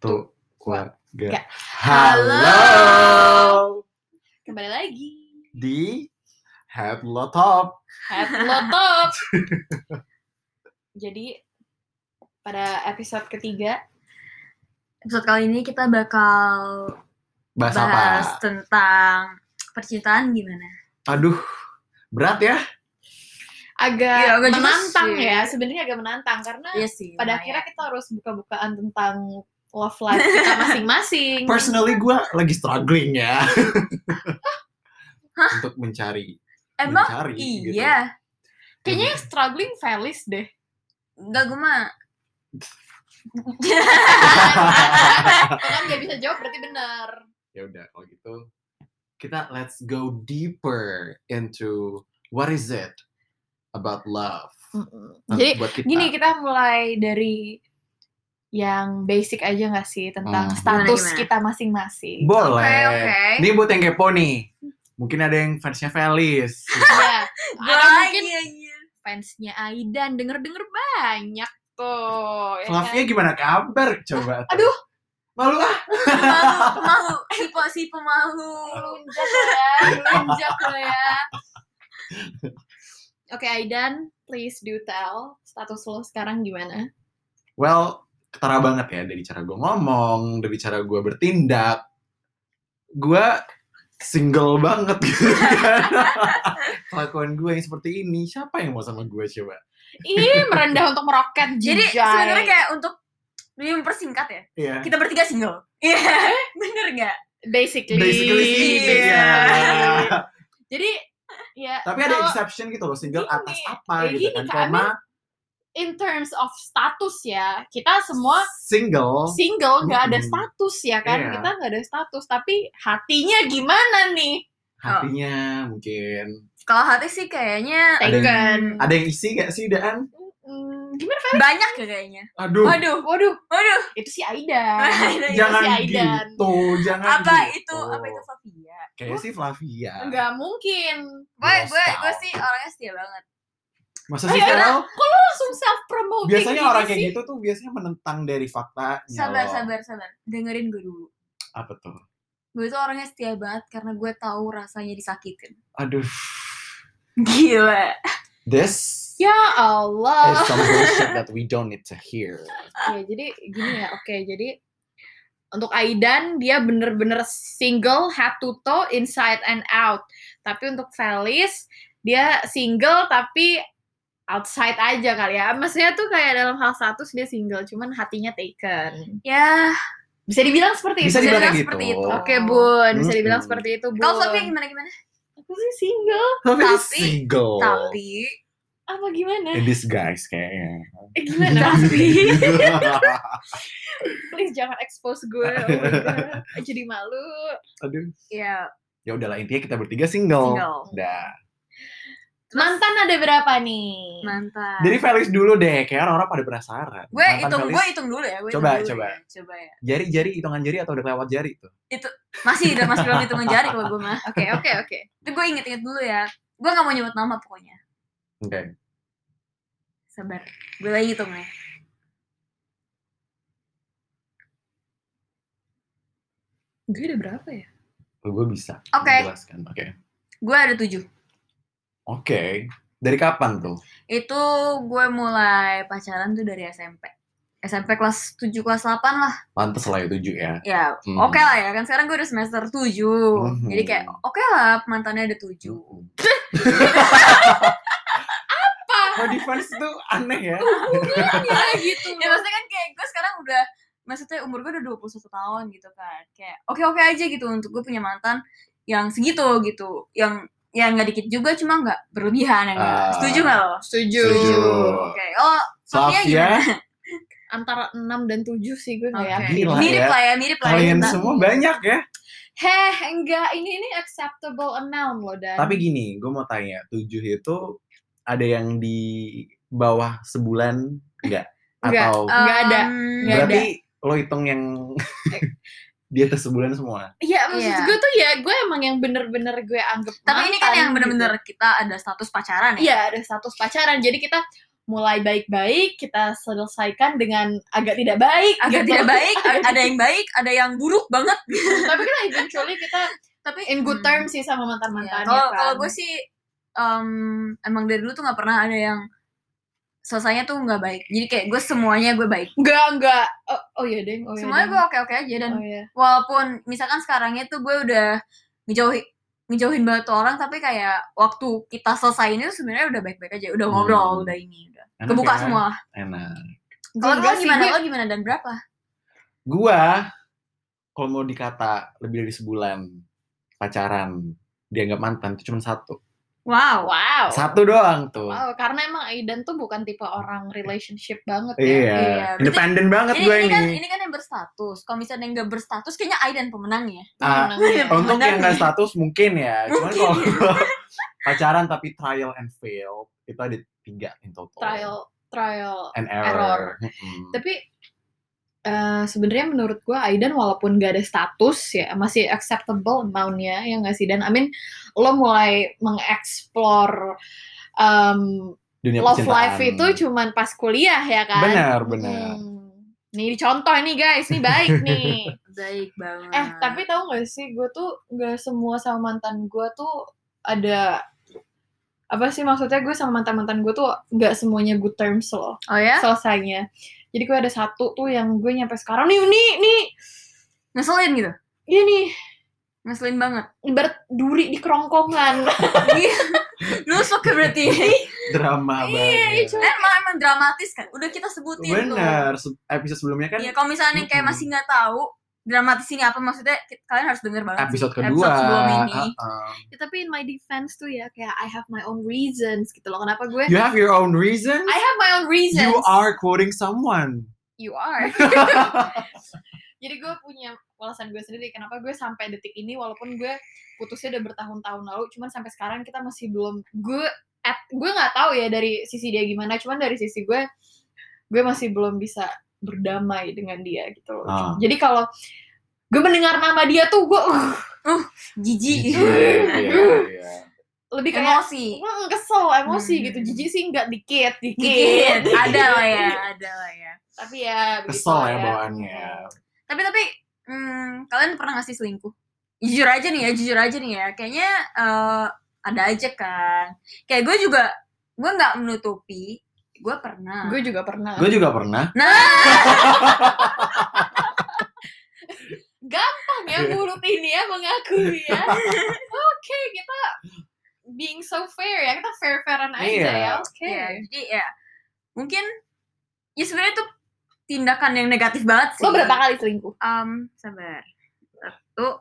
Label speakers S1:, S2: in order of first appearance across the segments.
S1: Satu, dua,
S2: Halo.
S1: Kembali lagi
S2: di Hello Top.
S1: Jadi pada episode ketiga,
S3: episode kali ini kita bakal bahas tentang percintaan gimana.
S2: Aduh, berat ya.
S1: agak
S3: agak
S1: menantang
S3: juga sih.
S1: ya. Sebenarnya agak menantang karena
S3: Iya sih.
S1: pada akhirnya kita harus buka-bukaan tentang love life kita masing-masing.
S2: Personally gue lagi struggling ya. Untuk mencari.
S3: Emang
S2: gitu.
S3: iya.
S1: Kayaknya yang struggling Felis deh.
S3: Enggak, gue mah
S1: Kan nggak bisa jawab berarti benar.
S2: Ya udah kalau gitu kita let's go deeper into what is it about love.
S1: Jadi
S2: buat kita.
S1: gini, kita mulai dari yang basic aja nggak sih tentang status
S3: Gimana?
S1: kita masing-masing.
S2: Boleh.
S3: Oke.
S2: Ini buat yang kepo nih. Mungkin ada yang fansnya Felis.
S1: Ya, ada mungkin
S3: iya.
S1: fansnya Aidan, denger banyak tuh. Ya
S2: Flavia
S1: kan?
S2: gimana kabar? Coba. Tuh.
S1: Aduh.
S2: Malu ah.
S3: Malu. Si pemalu.
S1: Lunjak lo ya. Oke, Aidan, please do tell status lo sekarang gimana?
S2: Well, ketara banget ya dari cara gue ngomong, dari cara gue bertindak. Gue single banget gitu kan. Kelakuan gue yang seperti ini, siapa yang mau sama gue coba?
S1: Ih, merendah untuk meroket.
S3: Jadi
S1: Jijai.
S3: sebenarnya kayak untuk mempersingkat ya.
S2: Iya.
S3: Kita bertiga single. Iya. Bener nggak?
S1: Basically
S2: sih.
S3: Iya.
S1: Jadi ya,
S2: Tapi ada
S1: kalau
S2: exception gitu loh, single
S1: gini,
S2: atas apa gitu
S1: gini,
S2: kan.
S1: Kak,
S2: Koma
S1: in terms of status ya, kita semua
S2: single.
S1: nggak ada status ya kan.
S2: Iya.
S1: Kita nggak ada status, tapi hatinya gimana nih?
S2: Hatinya mungkin.
S3: Kalau hati sih kayaknya
S1: Taken.
S2: Ada yang isi gak sih, Daan?
S1: Gimana?
S3: banyak ya kayaknya.
S2: Aduh.
S1: Waduh,
S3: Waduh.
S1: itu si Aidan.
S2: Jangan
S1: si Aidan.
S2: gitu, jangan
S3: Apa
S2: gitu.
S3: itu Flavia?
S2: Kayaknya sih Flavia.
S1: Nggak mungkin.
S3: Gue sih orangnya setia banget.
S2: Masa sih
S1: Ayo,
S2: Fel?
S1: Kok lo langsung self promoting?
S2: Biasanya orang kayak gitu tuh biasanya menentang dari faktanya.
S3: Sabar.
S2: loh.
S3: Dengerin gue dulu.
S2: Apa tuh?
S3: Gue tuh orangnya setia banget karena gue tahu rasanya disakitin.
S2: Aduh.
S3: Gila.
S2: This
S1: Ya
S2: is
S1: Allah.
S2: some bullshit that we don't need to hear.
S1: Ya, jadi gini ya, oke. Jadi untuk Aidan, dia bener-bener single, head to toe, inside and out. Tapi untuk Felis, dia single tapi outside aja kali ya. Maksudnya tuh kayak dalam hal status dia single, cuman hatinya taken.
S3: Ya.
S1: Bisa dibilang seperti
S2: Bisa
S1: itu.
S2: dibilang
S3: seperti
S2: gitu.
S3: itu.
S1: Oke, Bun. Bisa
S2: Hmm.
S1: dibilang seperti itu, Bun.
S3: Kalau Flavia gimana?
S1: Aku sih single.
S2: Tapi
S3: Tapi-
S2: single.
S3: Tapi
S1: Apa gimana?
S2: In disguise kayaknya.
S1: Gimana?
S3: Tapi
S1: Please jangan expose gue. Oh my God. Jadi malu.
S2: Aduh.
S3: ya
S2: Ya udahlah, intinya kita bertiga single.
S3: single.
S2: Udah.
S1: Mantan ada berapa nih?
S3: Mantap.
S2: Jadi Felis dulu deh, kayak orang-orang pada penasaran.
S3: Gue
S2: Mantan Felis,
S3: hitung dulu ya.
S2: Coba.
S3: Coba ya.
S2: Jari, hitungan jari atau udah kelewat jari tuh?
S3: Masih belum hitungan jari kalau gue mah.
S1: Oke.
S3: Itu gue inget dulu ya. Gue gak mau nyebut nama pokoknya.
S2: Oke.
S3: Sabar. Gue lagi hitung nih.
S1: Gue ada berapa ya?
S2: Gue bisa
S3: Oke.
S2: menjelaskan. Oke.
S3: Gue ada 7.
S2: Oke. Dari kapan tuh?
S3: Itu gue mulai pacaran tuh dari SMP. SMP kelas 7, kelas 8 lah.
S2: Pantes lah ya 7 ya.
S3: Ya,
S2: Hmm.
S3: oke lah ya. Kan sekarang gue udah semester 7.
S2: Mhm.
S3: Jadi kayak oke lah mantannya ada 7.
S2: Kalau di fans tuh aneh ya.
S1: Ya gitu.
S3: Ya maksudnya kan kayak gue sekarang udah, maksudnya umur gue udah 21 tahun gitu kan. Kayak oke aja gitu untuk gue punya mantan yang segitu gitu. Yang nggak dikit juga, cuma nggak berlebihan ya nggak. Setuju nggak lo?
S1: Setuju.
S2: Setuju.
S3: Oke. Oh, Sofia gimana?
S1: Antara 6 dan 7 sih gue nggak
S3: Oke.
S1: yakin.
S2: Gila
S3: Mirip
S2: ya.
S3: lah ya, mirip lah.
S2: Kalian
S3: ya.
S2: semua banyak ya.
S1: Enggak. Ini acceptable amount loh, Dan.
S2: Tapi gini, gue mau tanya, 7 itu ada yang di bawah sebulan enggak?
S1: Enggak.
S2: Atau
S1: Nggak ada. Nggak
S2: berarti lo hitung yang di atas sebulan semua?
S1: Iya, maksud
S3: Iya.
S1: gue tuh ya, gue emang yang bener-bener gue anggap
S3: Tapi ini kan
S1: mantan
S3: yang bener-bener
S1: gitu.
S3: kita ada status pacaran ya.
S1: Iya, ada status pacaran. Jadi kita mulai baik-baik, kita selesaikan dengan agak tidak baik.
S3: Agak
S1: gitu.
S3: tidak baik, ada yang baik, ada yang buruk banget.
S1: Tapi kan eventually kita
S3: Tapi
S1: in good terms sih sama mantan-mantannya
S3: Kalau
S1: kan.
S3: gue sih emang dari dulu tuh nggak pernah ada yang selesainya tuh nggak baik. Jadi kayak gue semuanya gue baik.
S1: Enggak. Oh iya, Deng. Oh, iya,
S3: Semuanya
S1: Deng.
S3: gue oke-oke aja dan
S1: Oh iya.
S3: walaupun misalkan sekarangnya tuh gue udah ngejauhin banget tuh orang, tapi kayak waktu kita selesai ini tuh sebenarnya udah baik-baik aja, udah ngobrol, udah ini, udah
S2: Enak
S3: kebuka
S2: ya?
S3: semua.
S2: Enak.
S3: Kalau lo
S1: Enggak sih,
S3: gimana?
S1: gue-
S3: Lo gimana dan berapa?
S2: Gua kalau mau dikata lebih dari sebulan pacaran dianggap mantan itu cuma satu.
S3: Wow.
S2: Satu doang tuh.
S1: Wow, karena emang Aidan tuh bukan tipe orang relationship banget ya.
S2: Iya,
S3: Iya,
S2: independen banget gue
S3: Ini kan yang berstatus. Kalau misalnya yang nggak berstatus, kayaknya Aidan pemenangnya.
S2: Untuk yang nggak
S3: Pemenangnya.
S2: status mungkin ya. Cuman
S3: Mungkin.
S2: kalau pacaran tapi trial and fail itu ada 3 in total.
S1: Trial
S2: and
S1: error.
S2: error.
S1: Tapi sebenarnya menurut gue Aidan walaupun gak ada status ya masih acceptable amount-nya ya nggak sih, dan I mean lo mulai mengeksplor
S2: Dunia
S1: love
S2: percintaan.
S1: life itu cuman pas kuliah ya kan.
S2: Benar.
S1: Nih contoh nih guys, nih baik nih.
S3: Baik banget.
S1: Tapi tahu gak sih, gue tuh gak semua sama mantan gue tuh ada apa sih, maksudnya gue sama mantan gue tuh gak semuanya good terms loh
S3: Oh ya?
S1: selesainya. Jadi gue ada satu tuh yang gue nyampe sekarang nih
S3: Ngeselin gitu?
S1: dia nih
S3: Ngeselin banget.
S1: berduri di kerongkongan.
S3: Nusuk ya berarti.
S2: Drama banget.
S3: Emang dramatis kan? Udah kita sebutin tuh.
S2: Bener. Episode sebelumnya kan
S3: Iya, kalau misalnya kayak masih nggak tahu dramatis ini apa, maksudnya kalian harus denger banget.
S2: episode
S3: sih.
S2: kedua.
S3: Episode sebelum ini.
S1: Ya, tapi in my defense tuh ya kayak I have my own reasons gitu loh. Kenapa gue?
S2: You have your own reasons?
S1: I have my own reasons.
S2: You are quoting someone.
S1: You are. Jadi gue punya alasan gue sendiri kenapa gue sampai detik ini walaupun gue putusnya udah bertahun-tahun lalu, cuman sampai sekarang kita masih belum, gue nggak tahu ya dari sisi dia gimana, cuman dari sisi gue masih belum bisa berdamai dengan dia gitu loh. Jadi kalau gue mendengar nama dia tuh gue
S3: Jijik.
S2: Iya.
S1: lebih kayak
S3: Emosi.
S1: kesel, emosi gitu. Jijik sih nggak dikit.
S3: Ada lah ya.
S1: Tapi ya
S2: Kesel ya bawaannya.
S3: Tapi kalian pernah ngasih selingkuh? Jujur aja nih ya. Kayaknya ada aja kan. Kayak gue nggak menutupi. Gue pernah.
S1: Gue juga pernah.
S3: Nah,
S1: Gampang ya mulut ini ya mengakui ya. Oke, kita being so fair ya. Kita fair-fairan aja
S2: Iya.
S1: ya. Oke.
S3: ya, jadi ya mungkin ya sebenarnya tuh tindakan yang negatif banget sih.
S1: Lo berapa kali selingkuh?
S3: Sabar. 1,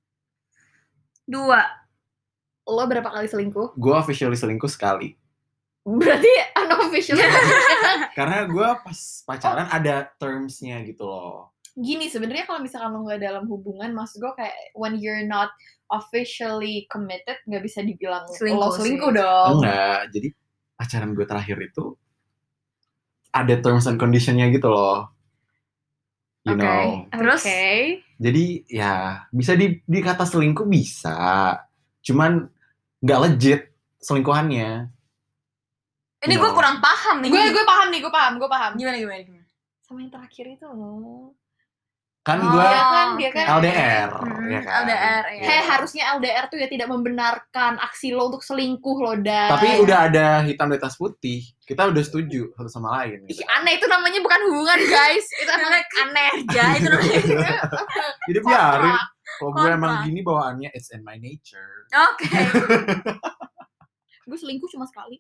S3: 2.
S1: Lo berapa kali selingkuh?
S2: Gue officially selingkuh sekali.
S1: Berarti unofficial.
S2: Karena gue pas pacaran ada terms-nya gitu loh.
S1: Gini, sebenarnya kalau misalkan lo nggak dalam hubungan, maksud gue kayak when you're not officially committed, nggak bisa dibilang lo selingkuh
S3: sih.
S1: dong.
S2: Enggak, jadi pacaran gue terakhir itu ada terms and condition-nya gitu loh. You know.
S3: Terus?
S2: Jadi ya bisa dikata selingkuh bisa. Cuman nggak legit selingkuhannya.
S3: Ini gue kurang paham nih.
S1: Gue paham nih, gue paham.
S3: Gimana?
S1: Sama yang terakhir itu loh.
S2: Kan
S3: Oh,
S2: gue
S1: dia kan
S2: LDR, ya kan?
S3: LDR, ya.
S1: Hey, harusnya LDR tuh ya tidak membenarkan aksi lo untuk selingkuh lo, Dan.
S2: Tapi udah ada hitam di atas putih. Kita udah setuju satu sama lain.
S1: Ih, aneh, itu namanya bukan hubungan, guys. Itu emang aneh.
S3: Ya, itu namanya.
S2: Jadi biarin. Kalau gue
S3: Kontra.
S2: emang gini bawaannya, it's in my nature.
S3: Oke.
S1: Gue selingkuh cuma sekali.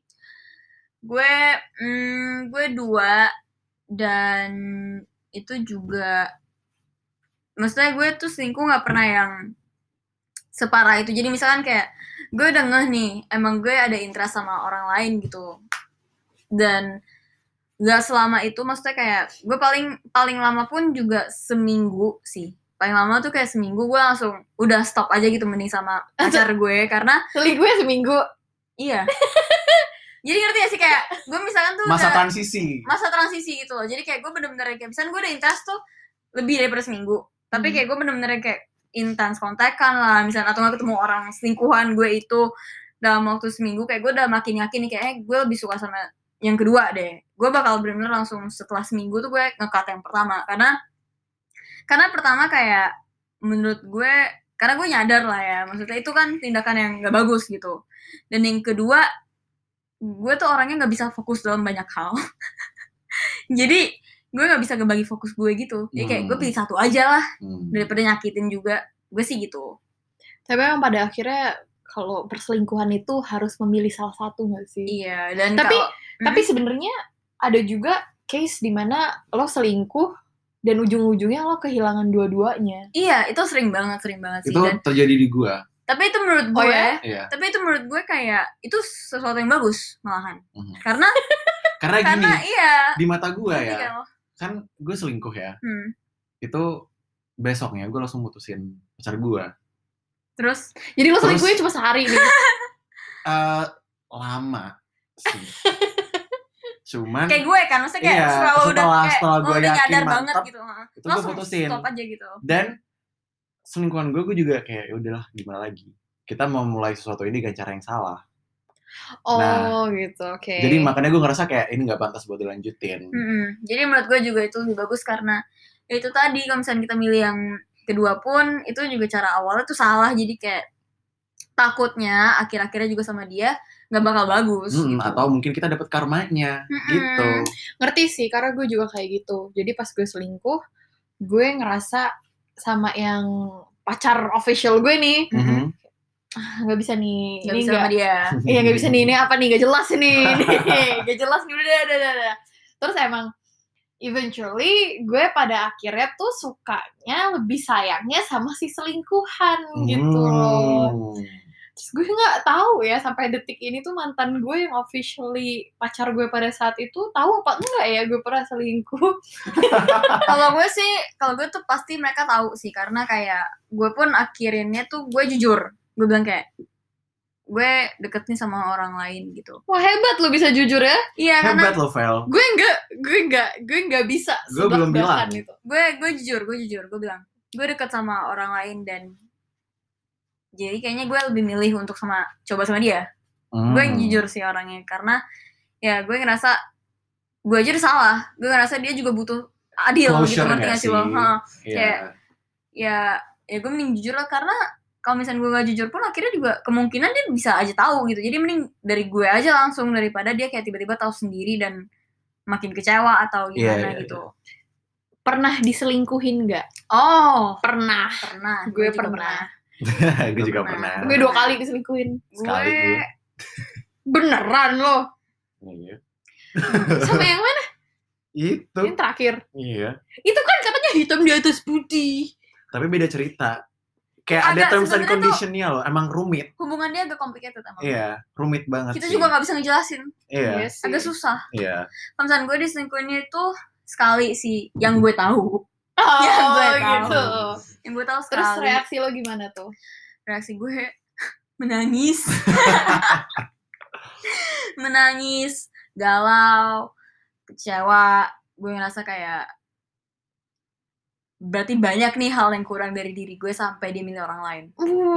S3: Gue 2 dan itu juga maksudnya gue tuh selingkuh nggak pernah yang separah itu. Jadi misalkan kayak gue udah ngeh nih emang gue ada interest sama orang lain gitu, dan nggak selama itu, maksudnya kayak gue paling lama pun juga seminggu sih, paling lama tuh kayak seminggu gue langsung udah stop aja gitu mending sama pacar gue, karena
S1: Selingkuhnya seminggu.
S3: iya. Jadi ngerti gak sih kayak gue misalkan tuh
S2: Masa
S3: udah
S2: transisi.
S3: transisi gitu loh. Jadi kayak gue bener-bener kayak misalkan gue udah interest tuh lebih daripada seminggu, tapi kayak gue bener-bener kayak intens kontekan lah misalnya, atau nggak ketemu orang selingkuhan gue itu dalam waktu seminggu, kayak gue udah makin yakin nih kayak gue lebih suka sama yang kedua deh. Gue bakal bener-bener langsung setelah seminggu tuh gue nge-cut yang pertama. Karena pertama kayak menurut gue, karena gue nyadar lah ya, maksudnya itu kan tindakan yang gak bagus gitu. Dan yang kedua, gue tuh orangnya gak bisa fokus dalam banyak hal. Jadi gue gak bisa ngebagi fokus gue gitu. Jadi kayak gue pilih satu aja lah daripada nyakitin juga. Gue sih gitu.
S1: Tapi memang pada akhirnya kalau perselingkuhan itu harus memilih salah satu nggak sih?
S3: Iya. Dan
S1: tapi sebenarnya ada juga case di mana lo selingkuh dan ujung-ujungnya lo kehilangan dua-duanya.
S3: Iya, itu sering banget sih.
S2: Itu terjadi di gue.
S3: Tapi itu menurut gue,
S2: Iya.
S3: Tapi itu menurut gue kayak itu sesuatu yang bagus malahan. Karena
S2: gini,
S3: iya.
S2: Di mata gue ya, kan gue selingkuh ya. Itu besoknya gue langsung mutusin pacar gue.
S3: Terus
S1: jadi lo selingkuhnya cuma sehari nih?
S2: Lama sih. Cuman
S3: kayak gue kan, maksudnya kayak
S2: setelah gue
S3: udah nyadar
S2: mantap,
S3: banget gitu.
S2: Itu gue putusin.
S3: Stop aja gitu.
S2: Dan selingkuhan gue juga kayak ya udahlah, gimana lagi. Kita mau mulai sesuatu ini dengan cara yang salah.
S1: Gitu, oke.
S2: Jadi makanya gue ngerasa kayak ini nggak pantas buat dilanjutin.
S3: Jadi menurut gue juga itu lebih bagus karena itu tadi kalau misalnya kita milih yang kedua pun itu juga cara awalnya tuh salah, jadi kayak takutnya akhir-akhirnya juga sama dia nggak bakal bagus gitu.
S2: Atau mungkin kita dapat karmanya gitu.
S1: Ngerti sih, karena gue juga kayak gitu. Jadi pas gue selingkuh, gue ngerasa sama yang pacar official gue nih, nggak bisa nih,
S3: nggak bisa sama dia.
S1: Iya, nggak bisa nih, ini apa nih, nggak jelas nih, nggak jelas nih, udah. Terus emang eventually gue pada akhirnya tuh sukanya lebih sayangnya sama si selingkuhan gitu loh. Terus gue nggak tahu ya sampai detik ini tuh mantan gue yang officially pacar gue pada saat itu tahu apa enggak ya gue pernah selingkuh.
S3: Kalau gue tuh pasti mereka tahu sih, karena kayak gue pun akhirnya tuh gue jujur, gue bilang kayak gue deket nih sama orang lain gitu.
S1: Wah, hebat lo bisa jujur ya.
S3: Iya,
S2: hebat lo, Vel.
S1: Gue nggak bisa.
S2: Gue belum bilang
S1: itu.
S3: Gue jujur, gue bilang gue deket sama orang lain, dan jadi kayaknya gue lebih milih untuk coba sama dia. Gue jujur sih orangnya, karena ya gue ngerasa gue aja udah salah, gue ngerasa dia juga butuh adil gitu, ngerti gak sih lo? Kayak ya gue mending jujur lah, karena kalau misalnya gue gak jujur pun akhirnya juga kemungkinan dia bisa aja tahu gitu. Jadi mending dari gue aja langsung daripada dia kayak tiba-tiba tahu sendiri dan makin kecewa atau gimana gitu.
S1: Pernah diselingkuhin nggak?
S3: Oh,
S1: pernah. Gue pernah.
S2: Gue juga pernah.
S1: Gue 2 kali diselingkuhin.
S2: Sekali gue.
S1: Beneran loh.
S2: Iya.
S1: Sama yang mana?
S2: Itu.
S1: Yang terakhir.
S2: Iya.
S1: Itu kan katanya hitam di atas putih.
S2: Tapi beda cerita. Kayak ada terms and condition-nya loh, emang rumit.
S3: Hubungan dia agak complicated emang.
S2: Iya, rumit banget
S3: Kita juga gak bisa ngejelasin.
S2: Iya.
S3: Agak susah.
S2: Iya.
S3: Kalau misalnya gue diselingkuhinnya itu sekali sih, yang gue tahu.
S1: Yang gue tahu. Gitu.
S3: Yang gue tahu sekali.
S1: Terus reaksi lo gimana tuh?
S3: Reaksi gue menangis. Menangis, galau, kecewa. Gue ngerasa kayak berarti banyak nih hal yang kurang dari diri gue sampai dia milih orang lain.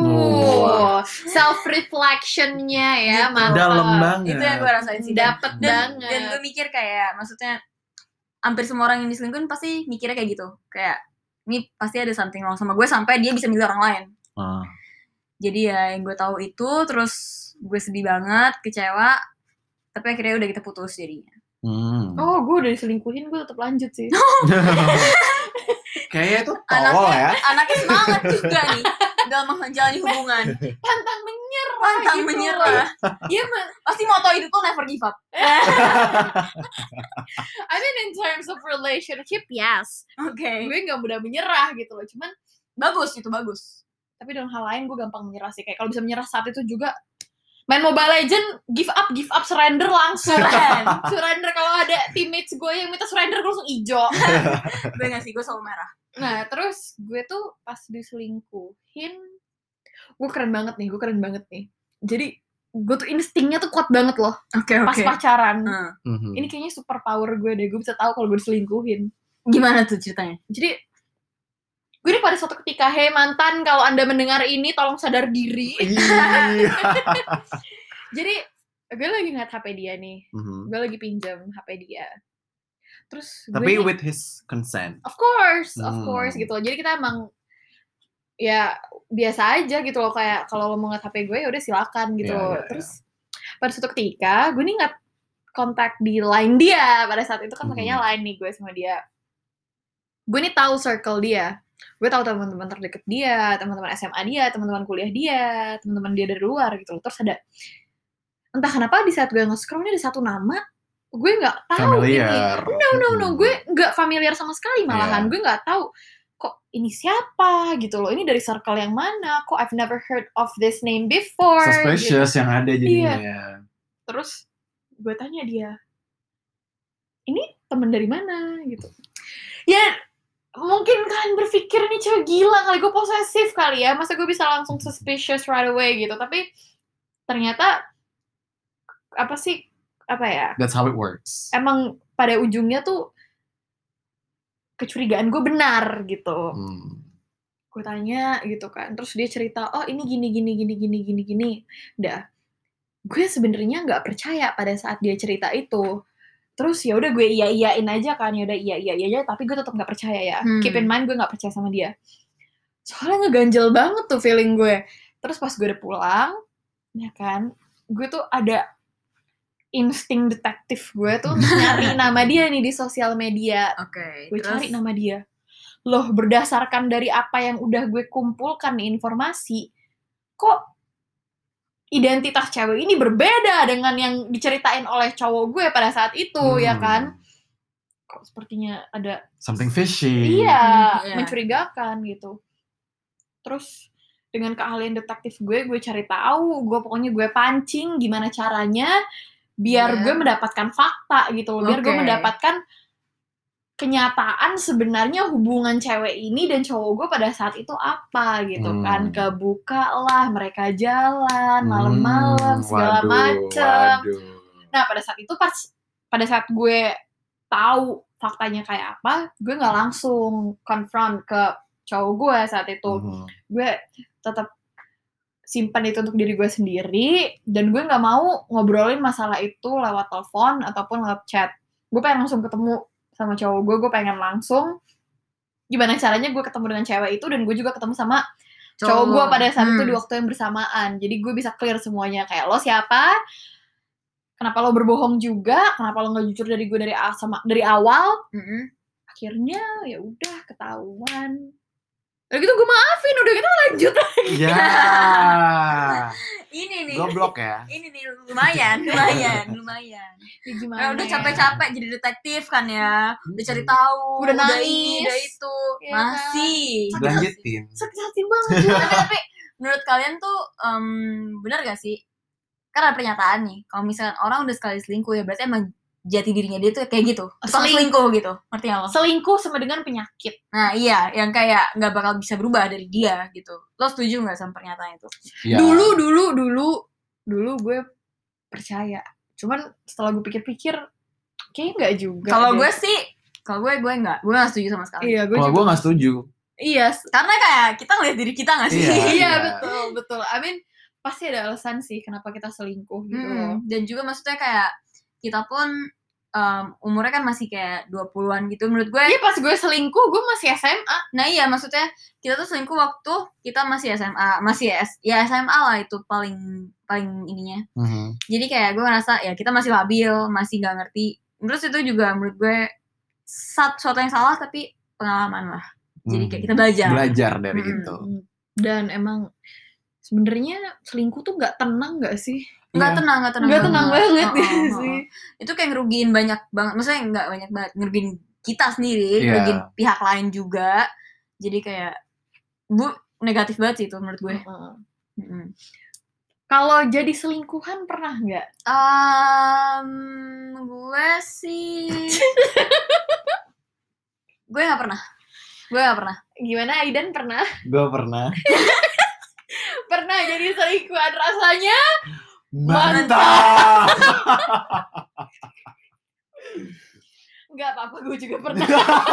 S1: Self-reflection-nya ya,
S3: gitu.
S2: Dalam banget.
S3: Itu yang gue rasain sih.
S1: Dapet banget.
S3: Dan gue mikir kayak, maksudnya hampir semua orang yang diselingkuhin pasti mikirnya kayak gitu. Kayak, ini pasti ada something wrong sama gue sampai dia bisa milih orang lain. Jadi ya yang gue tahu itu, terus gue sedih banget, kecewa, tapi akhirnya udah kita putus jadinya.
S1: Oh, gue udah diselingkuhin, gue tetap lanjut sih.
S2: Kayaknya itu tolol ya.
S3: Anaknya semangat juga nih dalam menjalani hubungan.
S1: Pantang menyerah.
S3: Iya, pasti moto hidup tuh never give up.
S1: I mean in terms of relationship, yes.
S3: Okay.
S1: Gue gak mudah menyerah gitu loh. Cuman
S3: bagus.
S1: Tapi dalam hal lain gue gampang menyerah sih. Kayak kalau bisa menyerah saat itu juga main Mobile Legend, give up, surrender langsung. Surrender kalau ada teammates gue yang minta surrender, gue langsung ijo.
S3: Gue gak sih, gue selalu merah.
S1: Nah, terus gue tuh pas diselingkuhin, gue keren banget nih. Jadi, gue tuh instingnya tuh kuat banget loh.
S3: Okay.
S1: Pas pacaran. Ini kayaknya super power gue deh, gue bisa tahu kalau gue diselingkuhin.
S3: Gimana tuh ceritanya?
S1: Jadi, gue pada suatu ketika, hey mantan, kalau Anda mendengar ini, tolong sadar diri.
S2: Iya.
S1: Jadi, gue lagi ngeliat HP dia nih.
S2: Mhm.
S1: Gue lagi pinjam HP dia. Terus
S2: Tapi
S1: gue nih,
S2: with his consent.
S1: of course gitu loh. Jadi kita emang ya biasa aja gitu loh, kayak kalau lo mau ngeliat HP gue ya udah silakan gitu
S2: Iya,
S1: loh.
S2: iya,
S1: Terus pada suatu ketika gue nih ngeliat kontak di line dia pada saat itu kan makanya line nih gue sama dia. Gue nih tahu circle dia. Gue tahu teman-teman terdekat dia, teman-teman SMA dia, teman-teman kuliah dia, teman-teman dia dari luar gitu loh. Terus ada entah kenapa di saat gue nge-scroll ini ada satu nama gue nggak tahu
S2: Familiar.
S1: ini. No, gue nggak familiar sama sekali malahan.
S2: Iya.
S1: Gue nggak tahu kok ini siapa gitu loh. Ini dari circle yang mana? Kok I've never heard of this name before.
S2: Suspicious
S1: gitu.
S2: yang ada jadinya.
S1: Iya. Terus gue tanya dia, ini temen dari mana gitu. Ya mungkin kalian berpikir ini cewek gila kali, gue posesif kali ya, masa gue bisa langsung suspicious right away gitu. Tapi ternyata apa ya,
S2: That's how it works.
S1: emang pada ujungnya tuh kecurigaan gue benar gitu. Gue tanya gitu kan, terus dia cerita, oh ini gini. Udah, gue sebenarnya nggak percaya pada saat dia cerita itu. Terus ya udah gue iyain aja kan, ya udah iya, tapi gue tetap nggak percaya ya. Keep in mind gue nggak percaya sama dia. Soalnya ngeganjel banget tuh feeling gue. Terus pas gue udah pulang, ya kan, gue tuh ada insting detektif gue tuh nyari nama dia nih di sosial media.
S3: Oke.
S1: Gue cari nama dia. Loh, berdasarkan dari apa yang udah gue kumpulkan nih informasi, kok identitas cewek ini berbeda dengan yang diceritain oleh cowok gue pada saat itu, ya kan? Kok sepertinya ada
S2: something fishy.
S1: Iya, mencurigakan gitu. Terus dengan keahlian detektif gue cari tahu, pokoknya gue pancing gimana caranya biar gue mendapatkan fakta gitu, biar gue mendapatkan kenyataan sebenarnya hubungan cewek ini dan cowok gue pada saat itu apa gitu kan. Kebuka lah, mereka jalan malam-malam segala macem. Nah pada saat itu pada saat gue tahu faktanya kayak apa, gue nggak langsung confront ke cowok gue saat itu. Gue tetap simpan itu untuk diri gue sendiri, dan gue nggak mau ngobrolin masalah itu lewat telepon ataupun lewat chat. Gue pengen langsung ketemu sama cowok gue pengen langsung gimana caranya gue ketemu dengan cewek itu, dan gue juga ketemu sama cowok gue pada saat itu di waktu yang bersamaan. Jadi gue bisa clear semuanya, kayak lo siapa, kenapa lo berbohong juga, kenapa lo nggak jujur dari gue dari awal. Akhirnya ya udah ketahuan. Udah gitu gue maafin, udah gitu lanjut lagi.
S2: Ya.
S3: Ini nih.
S2: Goblok ya.
S3: Ini nih lumayan.
S1: Ya,
S3: Nah,
S1: gimana
S3: udah capek-capek jadi detektif kan ya. Udah cari tahu,
S1: udah nangis,
S3: ini, udah itu.
S1: Ya,
S3: masih.
S2: Lanjutin.
S1: Sakit hati banget.
S3: Tapi menurut kalian tuh benar gak sih? Kan ada pernyataan nih, kalau misalkan orang udah sekali selingkuh ya berarti emang jati dirinya dia tuh kayak gitu, selingkuh gitu, ngerti gak lo?
S1: Selingkuh sama dengan penyakit.
S3: Nah iya, yang kayak nggak bakal bisa berubah dari dia gitu. Lo setuju nggak sama pernyataan itu?
S2: Ya.
S1: Dulu gue percaya. Cuman setelah gue pikir-pikir, kayaknya nggak juga.
S3: Kalau gue sih, gue nggak setuju sama sekali.
S1: Iya,
S2: kalau gue nggak setuju.
S1: Iya,
S3: karena kayak kita ngeliat diri kita nggak sih?
S1: Iya betul. I mean, pasti ada alasan sih kenapa kita selingkuh gitu loh.
S3: Dan juga maksudnya kayak kita pun umurnya kan masih kayak 20-an gitu menurut gue.
S1: Iya, pas gue selingkuh gue masih SMA.
S3: Nah iya, maksudnya kita tuh selingkuh waktu kita masih SMA, ya SMA lah itu paling ininya. Jadi kayak gue ngerasa ya kita masih labil, masih nggak ngerti. Terus itu juga menurut gue sesuatu yang salah tapi pengalaman lah. Jadi kayak kita belajar
S2: dari itu.
S1: Dan emang sebenarnya selingkuh tuh nggak tenang nggak sih?
S3: Nggak tenang
S1: banget sih.
S3: Itu kayak ngerugiin banyak banget, maksudnya nggak banyak banget, ngerugiin kita sendiri, ngerugiin pihak lain juga. Jadi kayak negatif banget sih itu menurut gue.
S1: Kalau jadi selingkuhan pernah nggak?
S3: Gue sih gue nggak pernah.
S1: Gimana, Aidan pernah?
S2: Gue pernah.
S1: Pernah jadi selingkuhan, rasanya
S2: mantap.
S1: Gak apa-apa, gue juga pernah.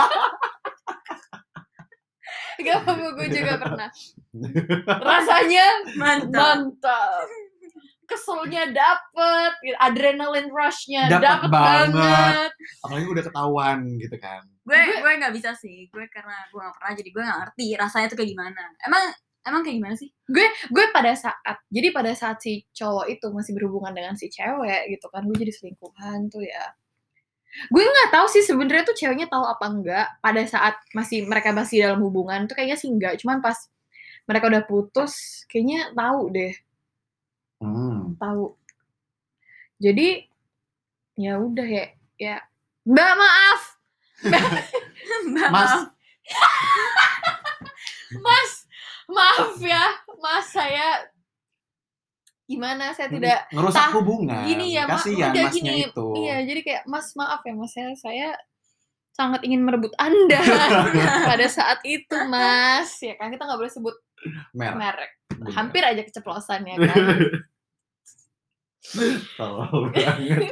S1: Gak apa-apa, gue juga pernah. Rasanya mantap. arousalnya dapet, adrenaline rushnya
S2: Dapet
S1: dapet
S2: banget.
S1: banget.
S2: Apalagi udah ketahuan gitu kan.
S3: Gue nggak bisa sih, gue karena gue nggak pernah, jadi gue nggak ngerti rasanya tuh kayak gimana. Emang kayak gimana sih?
S1: Gue pada saat si cowok itu masih berhubungan dengan si cewek gitu kan, gue jadi selingkuhan tuh ya. Gue nggak tahu sih sebenarnya tuh ceweknya tahu apa enggak pada saat mereka masih dalam hubungan tuh, kayaknya sih enggak, cuman pas mereka udah putus kayaknya tahu deh. Tahu. Jadi ya udah ya Mbak maaf. Maaf ya, Mas, saya gimana, saya tidak
S2: ngerusak hubungan.
S1: Gini ya,
S2: kasihan
S1: udah
S2: masnya
S1: gini.
S2: itu.
S1: Iya, jadi kayak Mas maaf ya Mas, saya sangat ingin merebut Anda pada saat itu, Mas. Ya kan kita nggak boleh sebut merek. Hampir aja keceplosan ya kan.
S2: Tolol banget.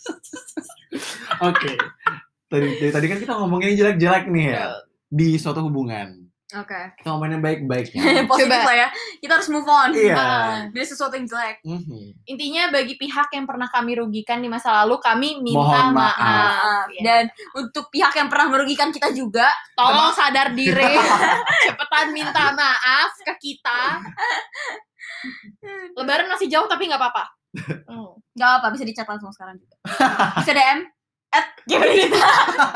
S2: Oke. Tadi kan kita ngomongin jelek-jelek nih ya di suatu hubungan.
S3: Oke.
S2: Kita ngomongin baik-baiknya.
S3: Positif lah ya. Kita harus move on.
S2: Iya.
S3: Dari sesuatu yang jelek.
S1: Intinya bagi pihak yang pernah kami rugikan di masa lalu, kami minta
S2: Mohon
S1: maaf. Ya.
S3: Dan untuk pihak yang pernah merugikan kita juga,
S1: tolong sadar diri. Cepetan minta maaf ke kita. Lebaran masih jauh tapi nggak apa-apa.
S3: Gak apa, bisa dicat langsung sekarang juga. Bisa DM @gimana.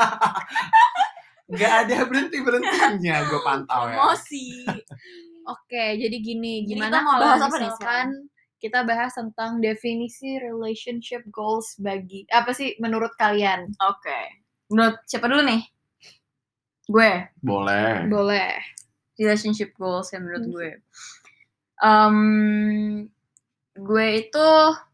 S2: Gak ada berhentinya, gue pantau ya.
S3: Emosi.
S1: Oke, jadi gini,
S3: Jadi
S1: gimana
S3: kita mau
S1: kalau
S3: bahas apa nih
S1: misalkan kita bahas tentang definisi relationship goals bagi apa sih menurut kalian?
S3: Oke. Menurut siapa dulu nih? Gue.
S2: Boleh.
S3: Relationship goals ya menurut gue. Gue itu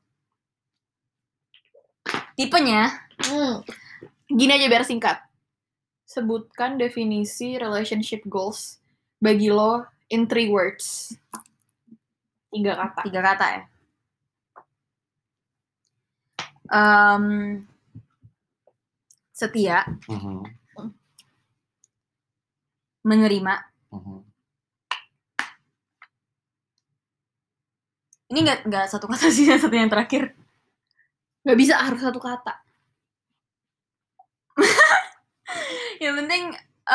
S3: tipenya
S1: gini aja biar singkat. Sebutkan definisi relationship goals bagi lo in 3 words. 3 kata.
S3: 3 kata ya. Setia, menerima. Ini nggak satu kata sih, satu yang terakhir.
S1: Nggak bisa, harus satu kata.
S3: Yang penting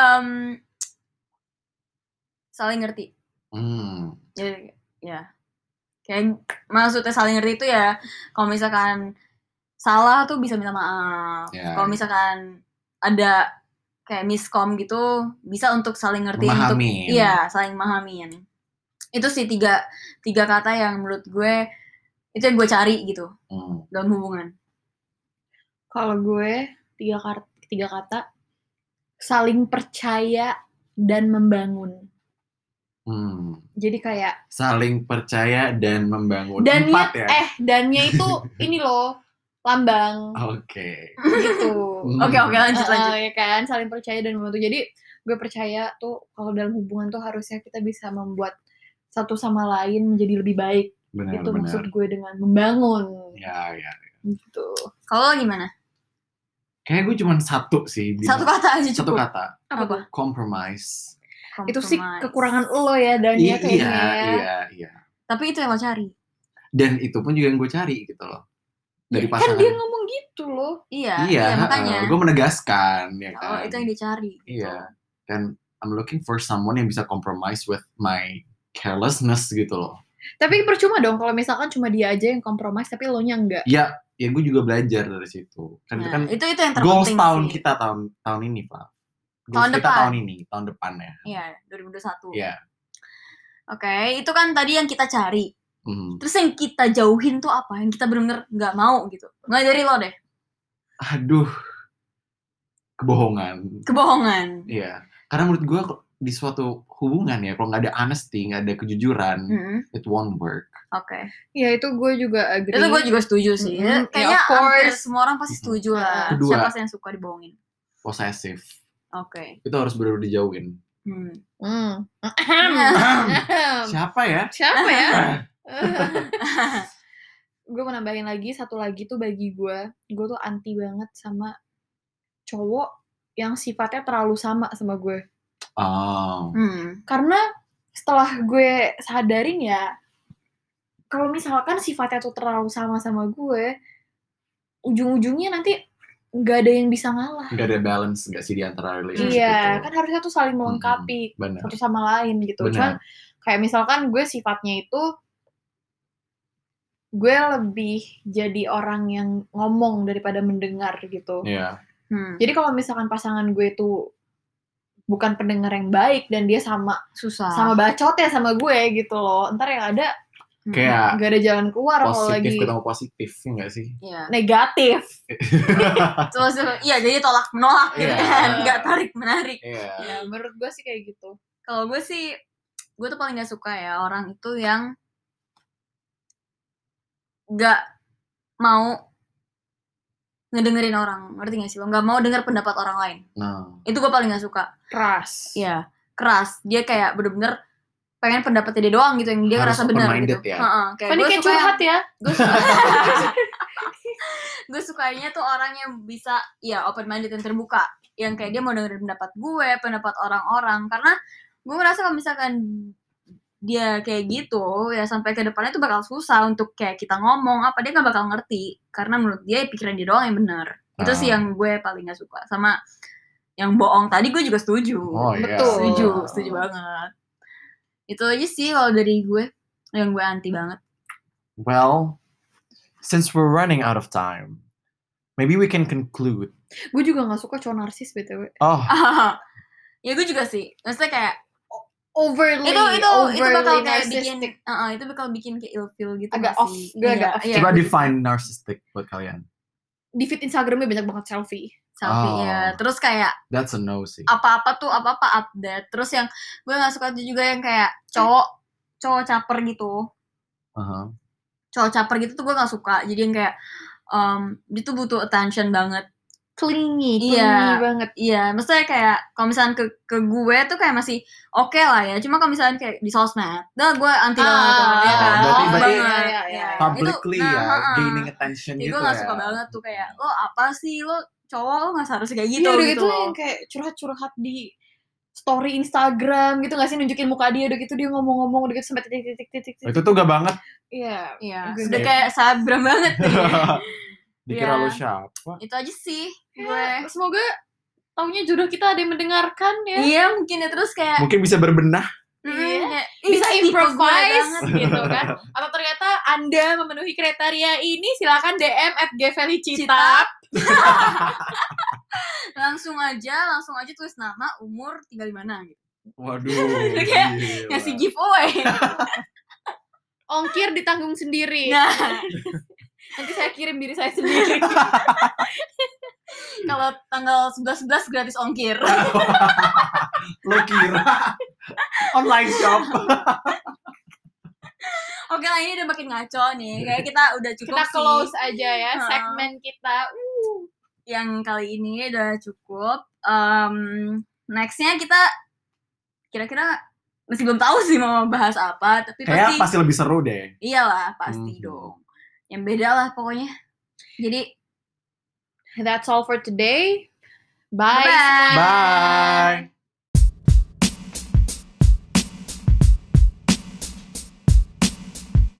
S3: saling ngerti. Jadi ya kayak maksudnya saling ngerti itu ya, kalau misalkan salah tuh bisa minta maaf. Kalau misalkan ada kayak miskom gitu, bisa untuk saling ngerti, untuk saling memahamin. Itu sih tiga kata yang menurut gue itu yang gue cari gitu dalam hubungan.
S1: Kalau gue 3 kata, saling percaya dan membangun. Jadi kayak
S2: saling percaya dan membangun.
S1: Dannya,
S2: 4 ya.
S1: Dannya itu ini loh, lambang.
S2: Oke.
S1: Gitu.
S3: Oke, lanjut.
S1: Ya kan, saling percaya dan membantu. Jadi gue percaya tuh kalau dalam hubungan tuh harusnya kita bisa membuat satu sama lain menjadi lebih baik. Itu maksud gue dengan membangun.
S2: Ya.
S1: Gitu.
S3: Kalau gimana?
S2: Kayaknya gue cuma satu sih.
S3: Satu kata aja cukup.
S2: Satu kata.
S1: Apa?
S2: Compromise.
S1: Itu sih kekurangan lo ya, Dania kayaknya.
S2: Iya.
S3: Tapi itu yang lo cari.
S2: Dan itu pun juga yang gue cari gitu loh. Dari
S1: Kan
S2: pasangan.
S1: dia ngomong gitu loh.
S3: Iya, makanya.
S2: Gue menegaskan ya kan.
S3: Oh, itu yang dicari.
S2: Iya. Dan I'm looking for someone yang bisa compromise with my carelessness gitu loh.
S1: Tapi percuma dong kalau misalkan cuma dia aja yang compromise tapi lo nya enggak.
S2: Ya gue juga belajar dari situ. Kan itu
S3: yang terpenting
S2: goals tahun
S3: sih.
S2: kita tahun ini, Pak.
S3: Tahun depan.
S2: Tahun depan ya.
S3: Iya, 2021.
S2: Iya.
S3: Oke, itu kan tadi yang kita cari. Terus yang kita jauhin tuh apa? Yang kita benar-benar nggak mau gitu. Mulai dari lo deh.
S2: Aduh. Kebohongan. Iya. Karena menurut gue di suatu hubungan ya, kalau nggak ada honesty, nggak ada kejujuran, it won't work.
S3: Oke.
S1: Ya itu gue juga agree.
S3: Itu gue juga setuju sih. Kayaknya hampir semua orang pasti setuju lah.
S2: Kedua,
S3: siapa sih yang suka dibohongin?
S2: Posesif.
S3: Oke.
S2: Itu harus benar-benar dijauhin. Siapa ya?
S1: Gue mau nambahin lagi, satu lagi tuh bagi gue tuh anti banget sama cowok yang sifatnya terlalu sama gue. Karena setelah gue sadarin ya, kalau misalkan sifatnya tuh terlalu sama gue, ujung-ujungnya nanti nggak ada yang bisa ngalah.
S2: Nggak ada balance nggak sih di antara relationship itu?
S1: Iya, kan harusnya tuh saling melengkapi
S2: Benar.
S1: satu sama lain gitu.
S2: Benar.
S1: Cuman kayak misalkan gue sifatnya itu, gue lebih jadi orang yang ngomong daripada mendengar gitu.
S2: Iya.
S1: Jadi kalau misalkan pasangan gue tuh bukan pendengar yang baik dan dia sama bacotnya sama gue gitu loh, ntar yang ada
S2: Kayak
S1: nggak ada jalan keluar kalau lagi
S2: positif ketemu positif, ya nggak sih?
S3: Iya.
S1: negatif.
S3: Terus iya jadi tolak menolak gitu
S2: Iya.
S3: kan, nggak tarik menarik.
S2: Iya.
S1: Ya menurut gue sih kayak gitu.
S3: Kalau gue sih, gue tuh paling gak suka ya orang itu yang gak mau ngedengerin orang, ngerti gak sih lo? Gak mau denger pendapat orang lain.
S2: Nah,
S3: Itu gue paling gak suka.
S1: Keras.
S3: Iya, keras. Dia kayak bener-bener pengen pendapatnya dia doang gitu, yang dia
S2: harus
S3: ngerasa benar
S2: open-minded
S3: gitu.
S2: ya.
S3: Kayak
S1: Kan ini
S3: gue
S1: kayak
S3: suka
S1: curhat ya.
S3: Gue suka. Gue sukanya tuh orang yang bisa ya open minded dan terbuka, yang kayak dia mau dengerin pendapat gue, pendapat orang-orang, karena gue ngerasa kalau misalkan dia kayak gitu ya sampai ke depannya tuh bakal susah untuk kayak kita ngomong apa, dia gak bakal ngerti karena menurut dia pikiran dia doang yang benar. Itu sih yang gue paling gak suka. Sama yang bohong tadi gue juga setuju.
S2: Oh, iya.
S1: Betul.
S3: Setuju banget. Itu aja sih kalau dari gue yang gue anti banget.
S2: Well, since we're running out of time, maybe we can conclude.
S1: Gue juga gak suka cowok narsis BTW.
S2: Oh,
S3: Ya gue juga sih. Maksudnya kayak
S1: Overly
S3: itu bakal kayak
S1: narcissistic.
S3: bikin itu bakal bikin kayak ilfeel gitu.
S1: Agak
S3: nggak
S1: off,
S3: sih?
S1: gue agak off.
S3: Iya,
S2: coba
S3: gue
S2: define narcissistic buat kalian.
S1: Di feed Instagramnya banyak banget selfie.
S3: selfie
S2: Oh.
S3: ya. Terus kayak
S2: That's a no sih.
S3: apa-apa update. Terus yang gue nggak suka juga yang kayak cowok caper gitu.
S2: Uh-huh.
S3: Cowok caper gitu tuh gue nggak suka. Jadi yang kayak dia tuh butuh attention banget.
S1: Clingy banget.
S3: Iya, maksudnya kayak kalau misalnya ke gue tuh kayak masih oke lah ya. Cuma kalau misalnya kayak di sosmed, dah gue anti banget. Ya kan?
S2: berarti
S3: Ya.
S2: Publicly
S3: Itu,
S2: ya, gaining attention
S3: Jadi
S2: gitu
S3: gue
S2: ya.
S3: gak suka banget tuh kayak, lo apa sih, lo cowok lo gak seharusnya kayak gitu.
S1: Iya, udah
S3: gitu
S1: gitu
S3: loh.
S1: yang kayak curhat-curhat di story Instagram gitu gak sih, nunjukin muka dia, udah gitu dia ngomong-ngomong, udah gitu sampai titik.
S2: Itu tuh gak banget.
S1: Iya.
S3: Iya,
S1: Gue
S3: udah
S1: kayak-
S3: kayak sabram banget.
S2: Dikira
S3: Iya.
S2: lo siapa?
S3: Itu aja sih gue.
S1: Ya, semoga taunya jodoh kita ada yang mendengarkan ya.
S3: Iya mungkin ya, terus kayak
S2: Mungkin bisa berbenah.
S1: Iya.
S3: kayak,
S1: Bisa
S3: "Ih, tipe gue
S1: improvise
S3: banget."
S1: gitu kan. Atau ternyata Anda memenuhi kriteria ini, silakan DM @gfelicita.
S3: langsung aja tulis nama, umur, tinggal di mana gitu.
S2: Waduh.
S3: Kayak
S2: gila.
S3: ngasih giveaway.
S1: Ongkir ditanggung sendiri.
S3: Nah,
S1: Nanti saya kirim diri saya sendiri.
S3: kalau tanggal 11 gratis ongkir.
S2: Lo kira online shop.
S3: Oke lah, ini udah makin ngaco nih. Kayak kita udah cukup
S1: Kita
S3: sih.
S1: close aja ya
S3: Ha.
S1: segmen kita.
S3: Yang kali ini udah cukup. Nextnya kita kira-kira masih belum tahu sih mau bahas apa, tapi
S2: Kayak pasti lebih seru deh.
S3: iyalah pasti dong. Yang beda lah pokoknya. Jadi
S1: That's all for today. Bye.
S3: bye.
S2: Bye.